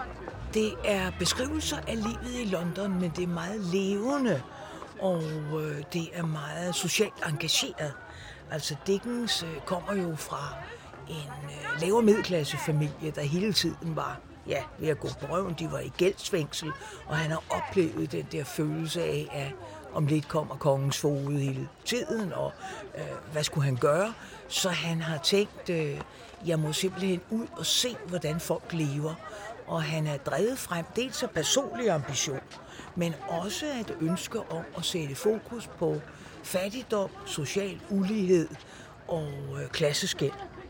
Det er beskrivelser af livet i London, men det er meget levende, og det er meget socialt engageret. Altså Dickens kommer jo fra en lavere middelklassefamilie, der hele tiden var ved at gå på røven. De var i gældsfængsel, og han har oplevet den der følelse af, at om lidt kommer kongens foged hele tiden, og hvad skulle han gøre? Så han har tænkt, jeg må simpelthen ud og se, hvordan folk lever. Og han er drevet frem dels af personlig ambition, men også et ønske om at sætte fokus på fattigdom, social ulighed og klasseskel.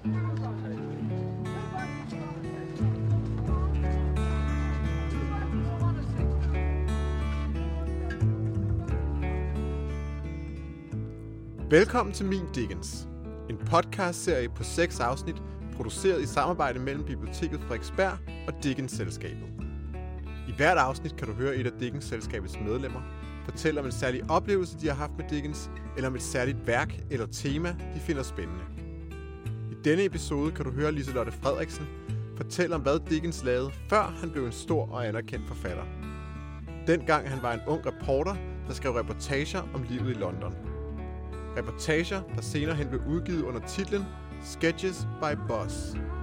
Velkommen til Min Dickens, en podcastserie på 6 afsnit, produceret i samarbejde mellem Biblioteket Frederiksberg og Dickens-selskabet. I hvert afsnit kan du høre et af Dickens-selskabets medlemmer fortælle om en særlig oplevelse, de har haft med Dickens, eller om et særligt værk eller tema, de finder spændende. I denne episode kan du høre Liselotte Frederiksen fortælle om, hvad Dickens lavede, før han blev en stor og anerkendt forfatter. Dengang han var en ung reporter, der skrev reportager om livet i London. Reportager, der senere hen blev udgivet under titlen Sketches by Boz.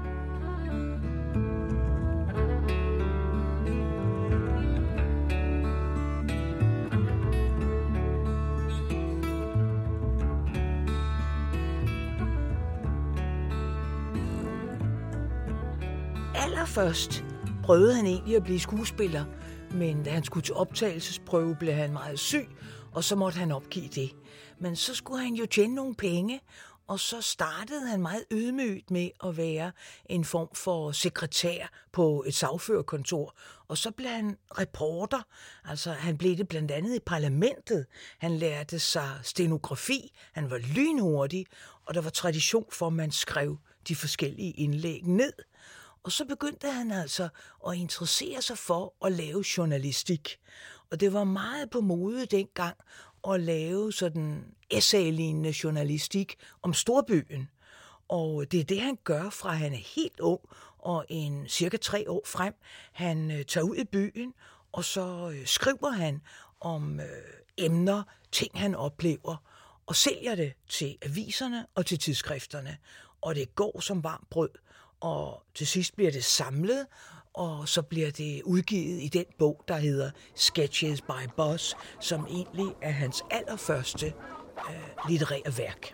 Allerførst prøvede han egentlig at blive skuespiller, men da han skulle til optagelsesprøve, blev han meget syg, og så måtte han opgive det. Men så skulle han jo tjene nogle penge, og så startede han meget ydmygt med at være en form for sekretær på et sagførerkontor. Og så blev han reporter, altså han blev det blandt andet i parlamentet. Han lærte sig stenografi, han var lynhurtig, og der var tradition for, at man skrev de forskellige indlæg ned. Og så begyndte han altså at interessere sig for at lave journalistik. Og det var meget på mode dengang at lave sådan essay-lignende journalistik om storbyen. Og det er det, han gør, fra han er helt ung og cirka 3 år frem. Han tager ud i byen, og så skriver han om emner, ting han oplever, og sælger det til aviserne og til tidsskrifterne. Og det går som varmt brød. Og til sidst bliver det samlet, og så bliver det udgivet i den bog, der hedder Sketches by Boz, som egentlig er hans allerførste litterære værk.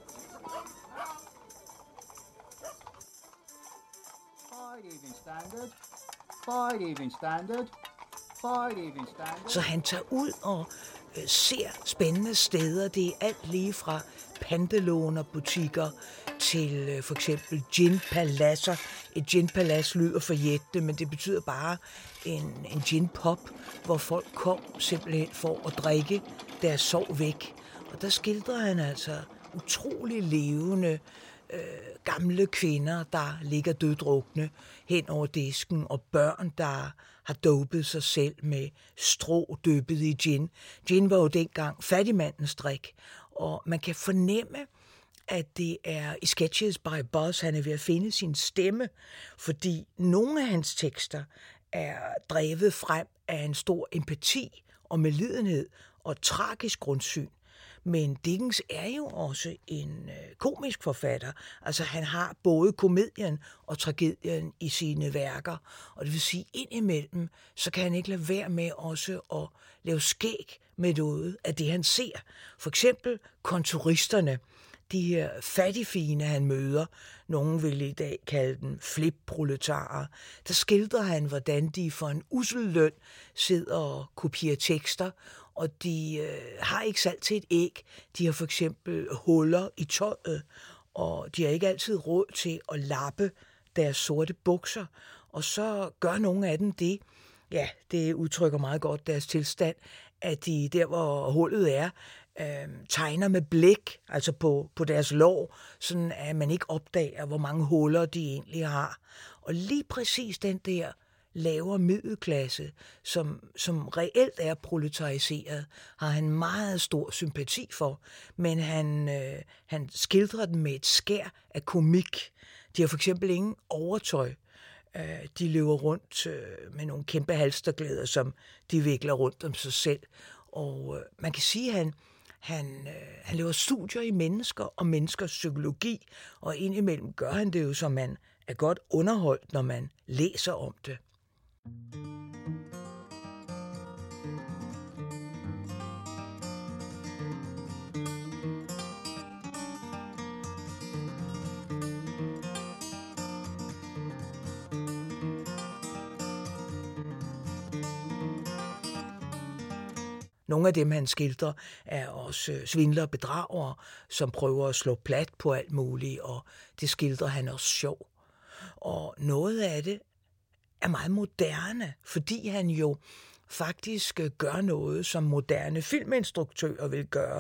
Så han tager ud og ser spændende steder. Det er alt lige fra pantelånerbutikker til for eksempel ginpaladser. Et ginpalads lyder for jætte, men det betyder bare en ginpop, hvor folk kom simpelthen for at drikke deres sorg væk. Og der skildrer han altså utrolig levende gamle kvinder, der ligger døddrukne hen over disken, og børn, der har dopet sig selv med strå dyppet i gin. Gin var jo dengang fattigmandens drik, og man kan fornemme, at det er i Sketches by Boz, han er ved at finde sin stemme, fordi nogle af hans tekster er drevet frem af en stor empati og medlidenhed og et tragisk grundsyn. Men Dickens er jo også en komisk forfatter. Altså han har både komedien og tragedien i sine værker. Og det vil sige, indimellem, så kan han ikke lade være med også at lave skæg med noget af det, han ser. For eksempel kontoristerne, de her fattigfine, han møder, nogen vil i dag kalde dem flip-proletarer, der skildrer han, hvordan de for en ussel løn sidder og kopierer tekster, og de har ikke salt til et æg. De har for eksempel huller i tøjet, og de har ikke altid råd til at lappe deres sorte bukser. Og så gør nogle af dem det, ja, det udtrykker meget godt deres tilstand, at de der, hvor hullet er, tegner med blæk, altså på deres lår, sådan at man ikke opdager, hvor mange huller de egentlig har. Og lige præcis den der lavere middelklasse, som reelt er proletariseret, har han meget stor sympati for, men han skildrer den med et skær af komik. De har for eksempel ingen overtøj. De løber rundt med nogle kæmpe halsterklæder, som de vikler rundt om sig selv. Og man kan sige, at han laver studier i mennesker og menneskers psykologi, og indimellem gør han det jo, så man er godt underholdt, når man læser om det. Nogle af dem, han skildrer, er også svindlere og bedragere, som prøver at slå plat på alt muligt, og det skildrer han også sjov. Og noget af det er meget moderne, fordi han jo faktisk gør noget, som moderne filminstruktører vil gøre.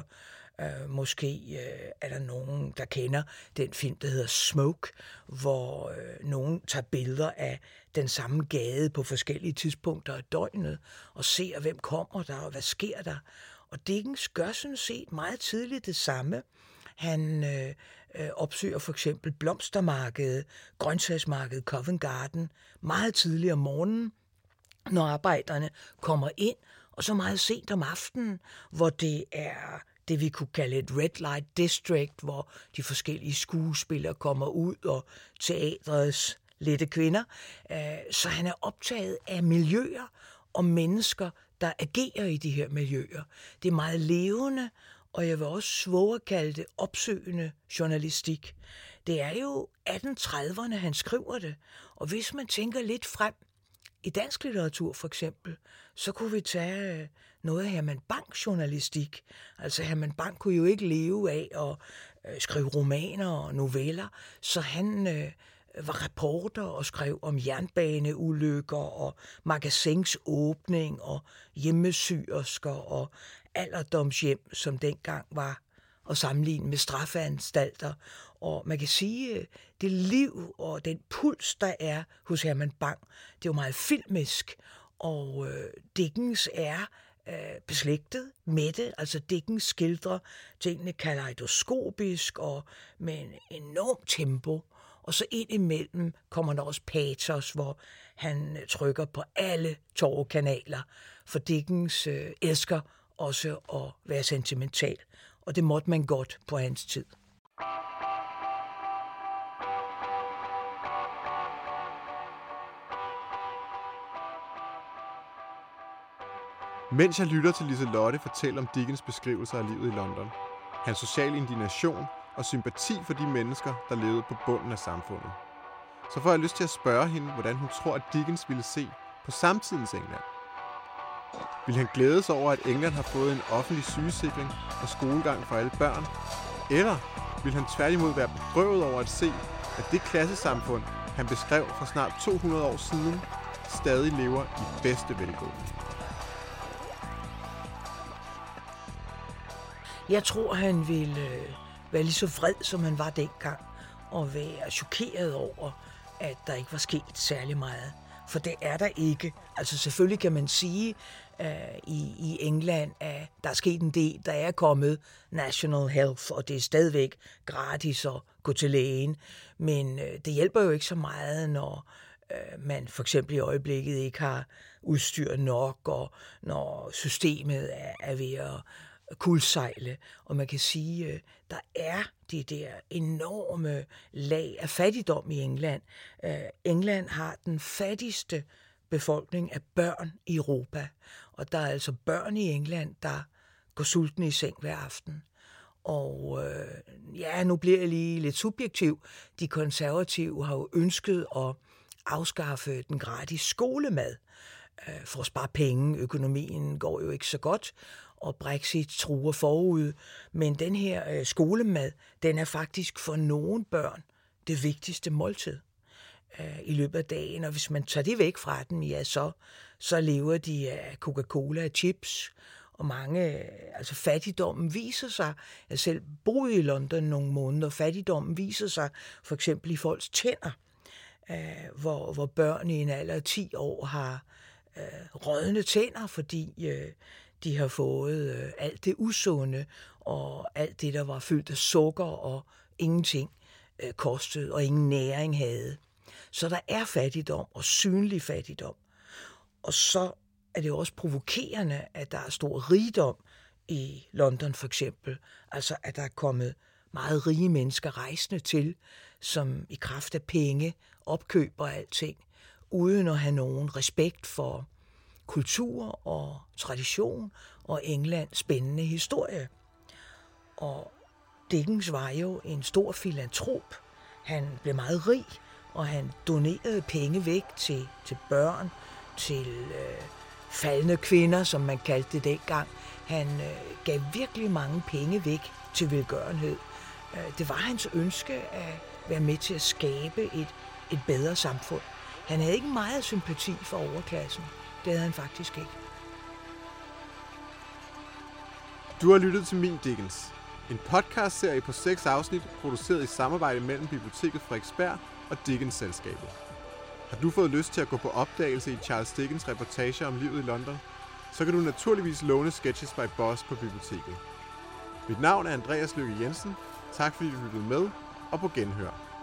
Måske er der nogen, der kender den film, der hedder Smoke, hvor nogen tager billeder af den samme gade på forskellige tidspunkter af døgnet, og ser, hvem kommer der, og hvad sker der. Og Dickens gør sådan set meget tidligt det samme. Han opsøger for eksempel blomstermarkedet, grøntsagsmarkedet Covent Garden, meget tidligt om morgenen, når arbejderne kommer ind, og så meget sent om aftenen, hvor det er det, vi kunne kalde et red light district, hvor de forskellige skuespillere kommer ud, og teatrets lette kvinder. Så han er optaget af miljøer og mennesker, der agerer i de her miljøer. Det er meget levende, og jeg vil også våge at kalde det opsøgende journalistik. Det er jo 1830'erne, han skriver det, og hvis man tænker lidt frem, i dansk litteratur for eksempel, så kunne vi tage noget af Herman Bangs journalistik. Altså Herman Bang kunne jo ikke leve af at skrive romaner og noveller, så han var reporter og skrev om jernbaneulykker og magasins åbning og hjemmesyrsker og alderdomshjem, som dengang var at sammenligne med straffeanstalter. Og man kan sige, det liv og den puls, der er hos Herman Bang, det er jo meget filmisk, og Dickens er beslægtet med det. Altså Dickens skildrer tingene kaleidoskopisk og med en enorm tempo. Og så indimellem kommer der også patos, hvor han trykker på alle tårekanaler. For Dickens elsker også at være sentimental. Og det måtte man godt på hans tid. Mens jeg lytter til Liselotte fortælle om Dickens beskrivelser af livet i London, hans sociale indignation og sympati for de mennesker, der levede på bunden af samfundet, så får jeg lyst til at spørge hende, hvordan hun tror, at Dickens ville se på samtidens England. Vil han glæde sig over, at England har fået en offentlig sygesikring og skolegang for alle børn? Eller vil han tværtimod være bedrøvet over at se, at det klassesamfund, han beskrev for snart 200 år siden, stadig lever i bedste velgående? Jeg tror, han ville være lige så vred, som han var dengang, og være chokeret over, at der ikke var sket særlig meget. For det er der ikke. Altså selvfølgelig kan man sige i England, at der er sket en del. Der er kommet National Health, og det er stadigvæk gratis at gå til lægen. Men det hjælper jo ikke så meget, når man for eksempel i øjeblikket ikke har udstyr nok, og når systemet er ved at kuldsejle. Og man kan sige, der er de der enorme lag af fattigdom i England. England har den fattigste befolkning af børn i Europa. Og der er altså børn i England, der går sultne i seng hver aften. Og nu bliver jeg lige lidt subjektiv. De konservative har jo ønsket at afskaffe den gratis skolemad for at spare penge. Økonomien går jo ikke så godt, og Brexit truer forud. Men den her skolemad, den er faktisk for nogle børn det vigtigste måltid i løbet af dagen. Og hvis man tager det væk fra dem, ja, så lever de af Coca-Cola og chips. Og altså fattigdommen viser sig, jeg selv boede i London nogle måneder, fattigdommen viser sig for eksempel i folks tænder, hvor børn i en alder af 10 år har rådne tænder, fordi de har fået alt det usunde, og alt det, der var fyldt af sukker, og ingenting kostede, og ingen næring havde. Så der er fattigdom og synlig fattigdom. Og så er det også provokerende, at der er stor rigdom i London for eksempel. Altså at der er kommet meget rige mennesker rejsende til, som i kraft af penge opkøber alting, uden at have nogen respekt for kultur og tradition og Englands spændende historie. Og Dickens var jo en stor filantrop. Han blev meget rig, og han donerede penge væk til børn, til faldne kvinder, som man kaldte det dengang. Han gav virkelig mange penge væk til velgørenhed. Det var hans ønske at være med til at skabe et bedre samfund. Han havde ikke meget sympati for overklassen. Det havde han faktisk ikke. Du har lyttet til Min Dickens, en podcastserie på 6 afsnit, produceret i samarbejde mellem Biblioteket Frederiksberg og Dickens-selskabet. Har du fået lyst til at gå på opdagelse i Charles Dickens reportager om livet i London, så kan du naturligvis låne Sketches by Boss på biblioteket. Mit navn er Andreas Lykke Jensen. Tak fordi du lyttede med, og på genhør.